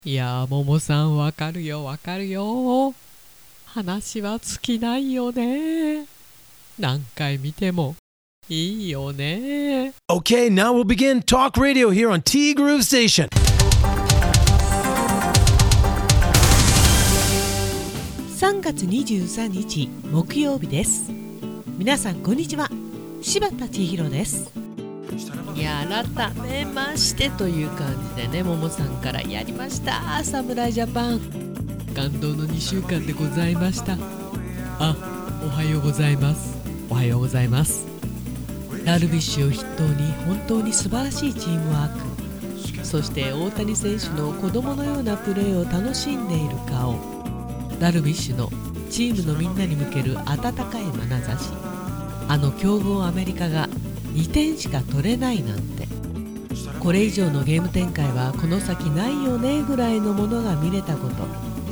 いやー、ももさん、わかるよわかるよ。話は尽きないよね。何回見てもいいよね。 Okay, now we'll begin Talk Radio here on T Groove Station. 3月23日木曜日です。皆さんこんにちは。柴田千尋です。 いや、改めましてという感じでね、ももさんからやりました侍ジャパン、感動の2週間でございました。あ、おはようございます。おはようございます。ダルビッシュを筆頭に本当に素晴らしいチームワーク、そして大谷選手の子供のようなプレーを楽しんでいる顔、ダルビッシュのチームのみんなに向ける温かい眼差し、あの強豪アメリカが2点しか取れないなんて、これ以上のゲーム展開はこの先ないよねぐらいのものが見れたこと、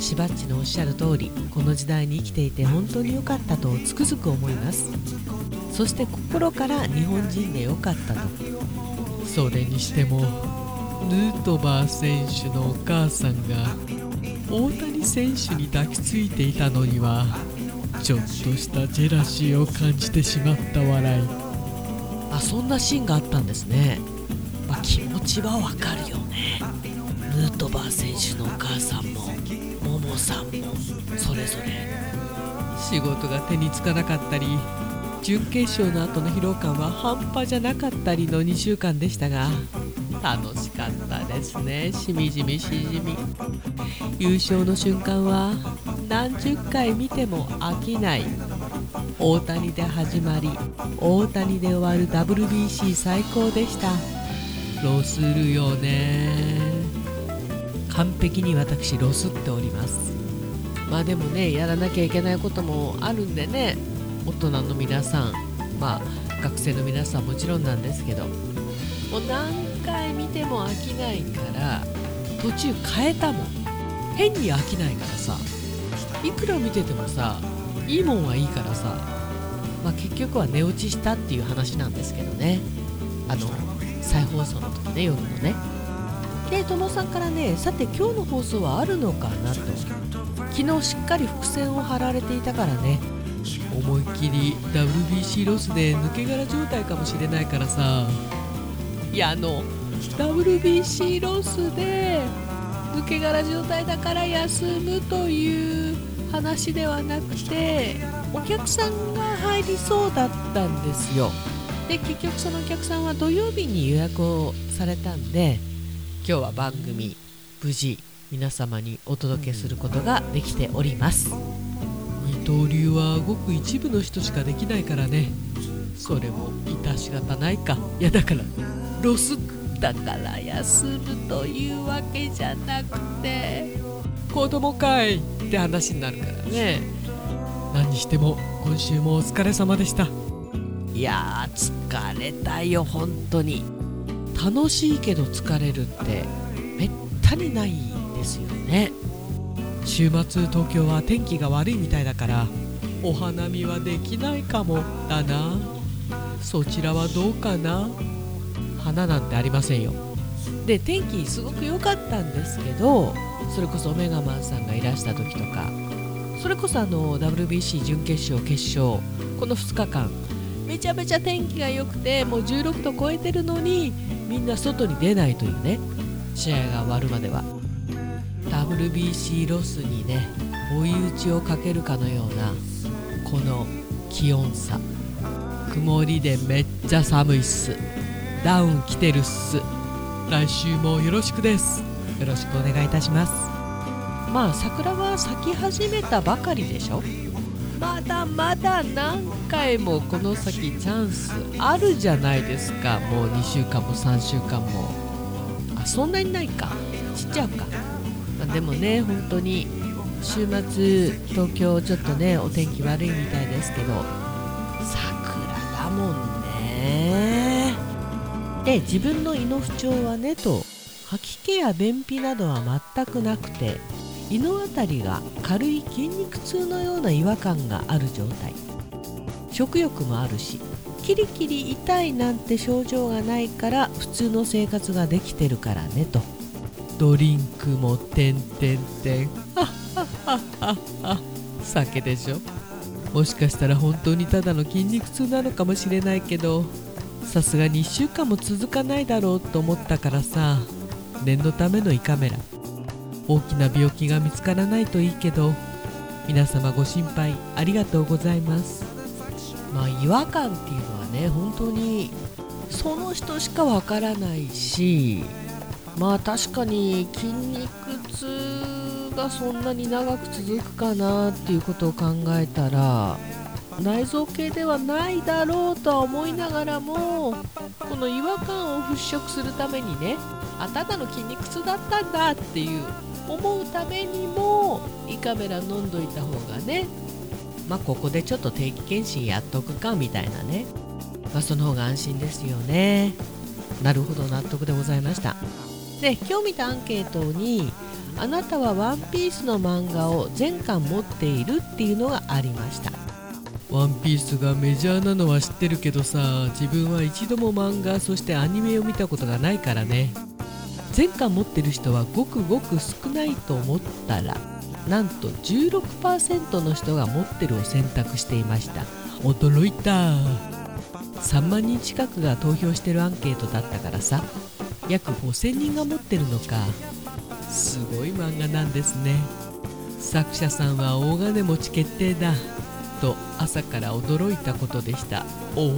しばっちのおっしゃる通り、この時代に生きていて本当に良かったとつくづく思います。そして心から日本人で良かったと。 それにしてもヌートバー選手のお母さんが大谷選手に抱きついていたのにはちょっとしたジェラシーを感じてしまった笑い。 あ、そんなシーンがあったんですね。気持ちはわかるよね。ヌートバー選手のお母さんもももさんもそれぞれ仕事が手につかなかったり、準決勝の後の疲労感は半端じゃなかったりの2週間でしたが、楽しかったですね。しみじみしじみ。優勝の瞬間は何十回見ても飽きない。大谷で始まり大谷で終わる WBC 最高でした。ロスるよね。 完璧に私ロスっております。 でもね、やらなきゃいけないこともあるんでね、大人の皆さん、学生の皆さんもちろんなんですけど、もう何回見ても飽きないから途中変えたもん。変に飽きないからさ、いくら見ててもさ、いいもんはいいからさ、結局は寝落ちしたっていう話なんですけどね。再放送の時ね、夜のね。で、友さんからね、さて今日の放送はあるのかなと。昨日しっかり伏線を張られていたからね、思いっきり WBC ロスで抜け殻状態かもしれないからさ。いや、WBC ロスで抜け殻状態だから休むという話ではなくて、お客さんが入りそうだったんですよ。で、結局そのお客さんは土曜日に予約をされたんで、今日は番組無事皆様にお届けすることができております。二刀流はごく一部の人しかできないからね。それも致し方ないか。いや、だからロスだから休むというわけじゃなくて、子供かいって話になるからね。何にしても今週もお疲れ様でした。いやー、疲れたよ本当に。楽しいけど疲れるってめったにないですよね。週末東京は天気が悪いみたいだからお花見はできないかもだな。そちらはどうかな。花なんてありませんよ。で、天気すごく良かったんですけど、それこそオメガマンさんがいらした時とか、それこそWBC 準決勝決勝、この2日間めちゃめちゃ天気が良くて、もう16度超えてるのにみんな外に出ないというね。試合が終わるまでは WBC ロスにね、追い打ちをかけるかのようなこの気温差。曇りでめっちゃ寒いっす。ダウン着てるっす。来週もよろしくです。よろしくお願いいたします。桜は咲き始めたばかりでしょ。まだまだ何回もこの先チャンスあるじゃないですか。もう2週間も3週間も。そんなにないか、ちっちゃうか。でもね、本当に週末東京ちょっとね、お天気悪いみたいですけど、桜だもんね。で、自分の胃の不調はねと、吐き気や便秘などは全くなくて、胃のあたりが軽い筋肉痛のような違和感がある状態。食欲もあるし、キリキリ痛いなんて症状がないから普通の生活ができてるからねと。 ドリンクもてんてんてん酒でしょ。もしかしたら本当にただの筋肉痛なのかもしれないけど、さすがに1週間も続かないだろうと思ったからさ、念のための胃カメラ。大きな病気が見つからないといいけど、皆様ご心配ありがとうございます。違和感っていうのはね、本当にその人しかわからないし、確かに筋肉痛がそんなに長く続くかなっていうことを考えたら、内臓系ではないだろうとは思いながらも、この違和感を払拭するためにね、ただの筋肉痛だったんだっていう思うためにも胃カメラ飲んどいた方がね、ここでちょっと定期検診やっとくかみたいなね、その方が安心ですよね。なるほど、納得でございました。で、今日見たアンケートに、あなたはワンピースの漫画を全巻持っているっていうのがありました。ワンピースがメジャーなのは知ってるけどさ、自分は一度も漫画、そしてアニメを見たことがないからね。全巻持ってる人はごくごく少ないと思ったら、なんと 16% の人が持ってるを選択していました。驚いた。3万人近くが投票してるアンケートだったからさ、約5000人が持ってるのか。すごい漫画なんですね。作者さんは大金持ち決定だと朝から驚いたことでした。好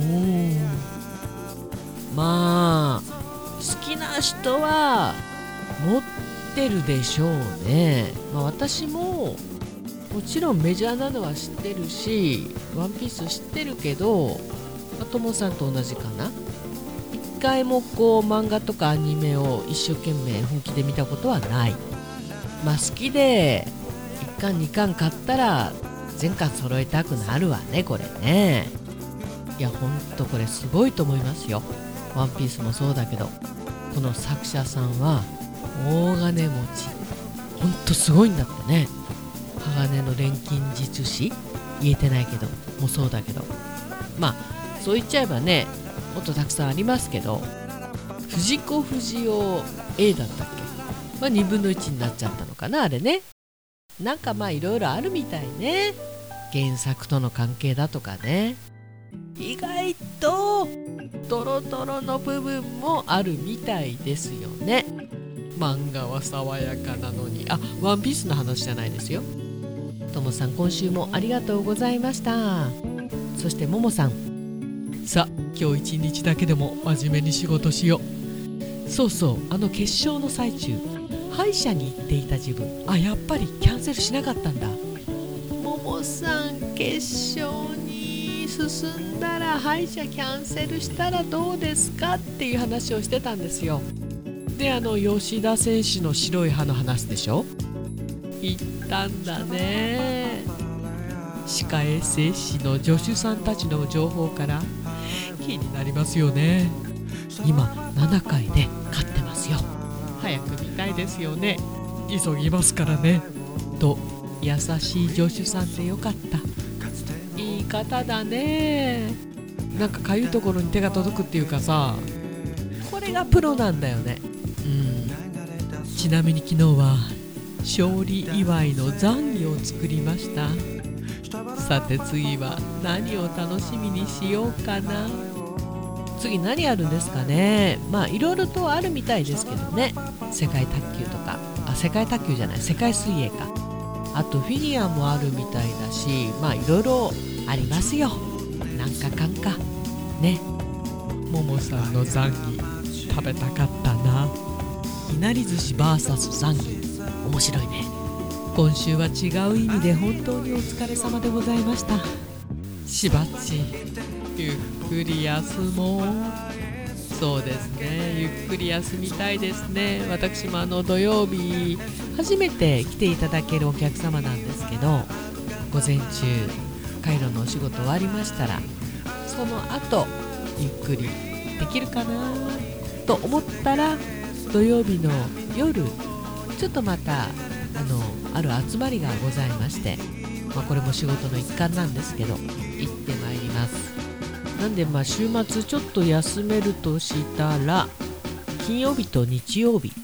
きな人は持ってるでしょうね。私ももちろんメジャーなのは知ってるし、ワンピース知ってるけど、ともさんと同じかな。一回も漫画とかアニメを一生懸命本気で見たことはない。好きで1巻2巻買ったら全巻揃えたくなるわね、これね。いや、ほんとこれすごいと思いますよ。ワンピースもそうだけど、この作者さんは大金持ち、ほんとすごいんだってね。鋼の錬金術師、言えてないけどもそうだけど、そう言っちゃえばね、もっとたくさんありますけど、藤子不二雄 A だったっけ、2分の1になっちゃったのかな、あれね。いろいろあるみたいね。原作との関係だとかね。意外とドロドロの部分もあるみたいですよね。漫画は爽やかなのに。ワンピースの話じゃないですよ。ともさん、今週もありがとうございました。そしてももさん、さあ今日一日だけでも真面目に仕事しよう。そうそう、決勝の最中、歯医者に行っていた自分、やっぱりキャンセルしなかったんだ。ももさん、決勝に進んだら歯医者キャンセルしたらどうですかっていう話をしてたんですよ。で、吉田選手の白い歯の話でしょ。行ったんだね。歯科衛生士の助手さんたちの情報から気になりますよね。今7回で勝ってますよ。早く見たいですよね。急ぎますからね。と優しい助手さんでよかった。言い方だね。かゆいところに手が届くっていうかさ、これがプロなんだよね。ちなみに昨日は勝利祝いの残儀を作りました。さて次は何を楽しみにしようかな。次何あるんですかね。いろいろとあるみたいですけどね。世界卓球とか、世界卓球じゃない、世界水泳か。あとフィギュアもあるみたいだし、いろいろありますよ。なんかかんかね。ももさんの残儀食べたかったな。いなり寿司 VS 残儀、面白いね。今週は違う意味で本当にお疲れ様でございました。しばっちゆっくり休もう。そうですね、ゆっくり休みたいですね。私も土曜日初めて来ていただけるお客様なんですけど、午前中カイロのお仕事終わりましたら、その後ゆっくりできるかなと思ったら、土曜日の夜ちょっとまたある集まりがございまして、これも仕事の一環なんですけど、行ってまいります。なんで週末ちょっと休めるとしたら、金曜日と日曜日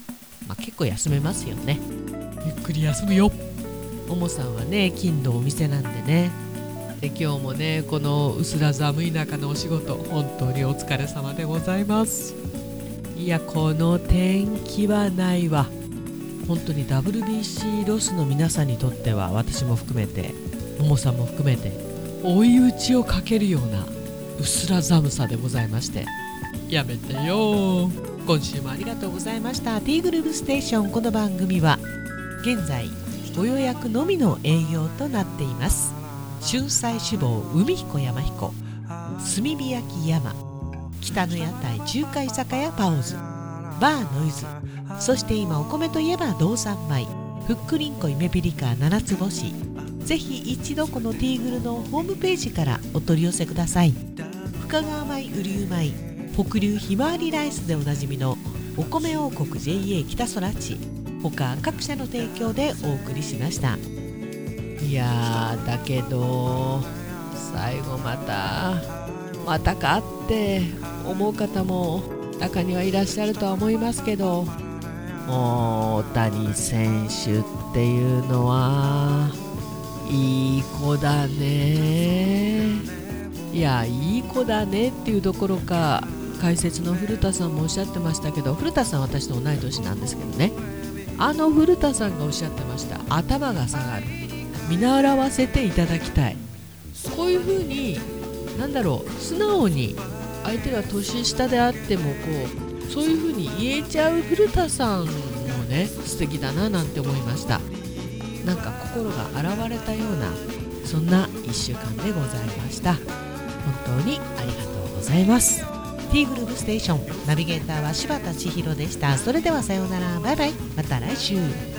結構休めますよね。ゆっくり休むよ。ももさんはね金土お店なんでね。で今日もねこの薄ら寒い中のお仕事本当にお疲れ様でございます。いやこの天気はないわ。本当に WBC ロスの皆さんにとっては私も含めてももさんも含めて追い打ちをかけるような薄ら寒さでございまして、やめてよ。今週もありがとうございました。 T グループステーション。この番組は現在ご予約のみの営業となっています。春菜志望海彦山彦、炭火焼き山、北の屋台中華居酒屋パオズ、バーノイズ、そして今お米といえば道産米、ふっくりんこ夢ピリカ七つ星。ぜひ一度このティーグルのホームページからお取り寄せください。深川米、雨竜米、北流ひまわりライスでおなじみのお米王国 JA 北空地、他各社の提供でお送りしました。いやーだけど最後またかって思う方も中にはいらっしゃるとは思いますけど、大谷選手っていうのはいい子だね。いやいい子だねっていうどころか、解説の古田さんもおっしゃってましたけど、古田さん私と同い年なんですけどね、古田さんがおっしゃってました。頭が下がる、見習わせていただきたい。こういう風に素直に相手が年下であってもそういう風に言えちゃう古田さんもね素敵だななんて思いました。なんか心が洗われたようなそんな1週間でございました。本当にありがとうございます。 T グループステーションナビゲーターは柴田千尋でした。それではさようなら、バイバイ、また来週。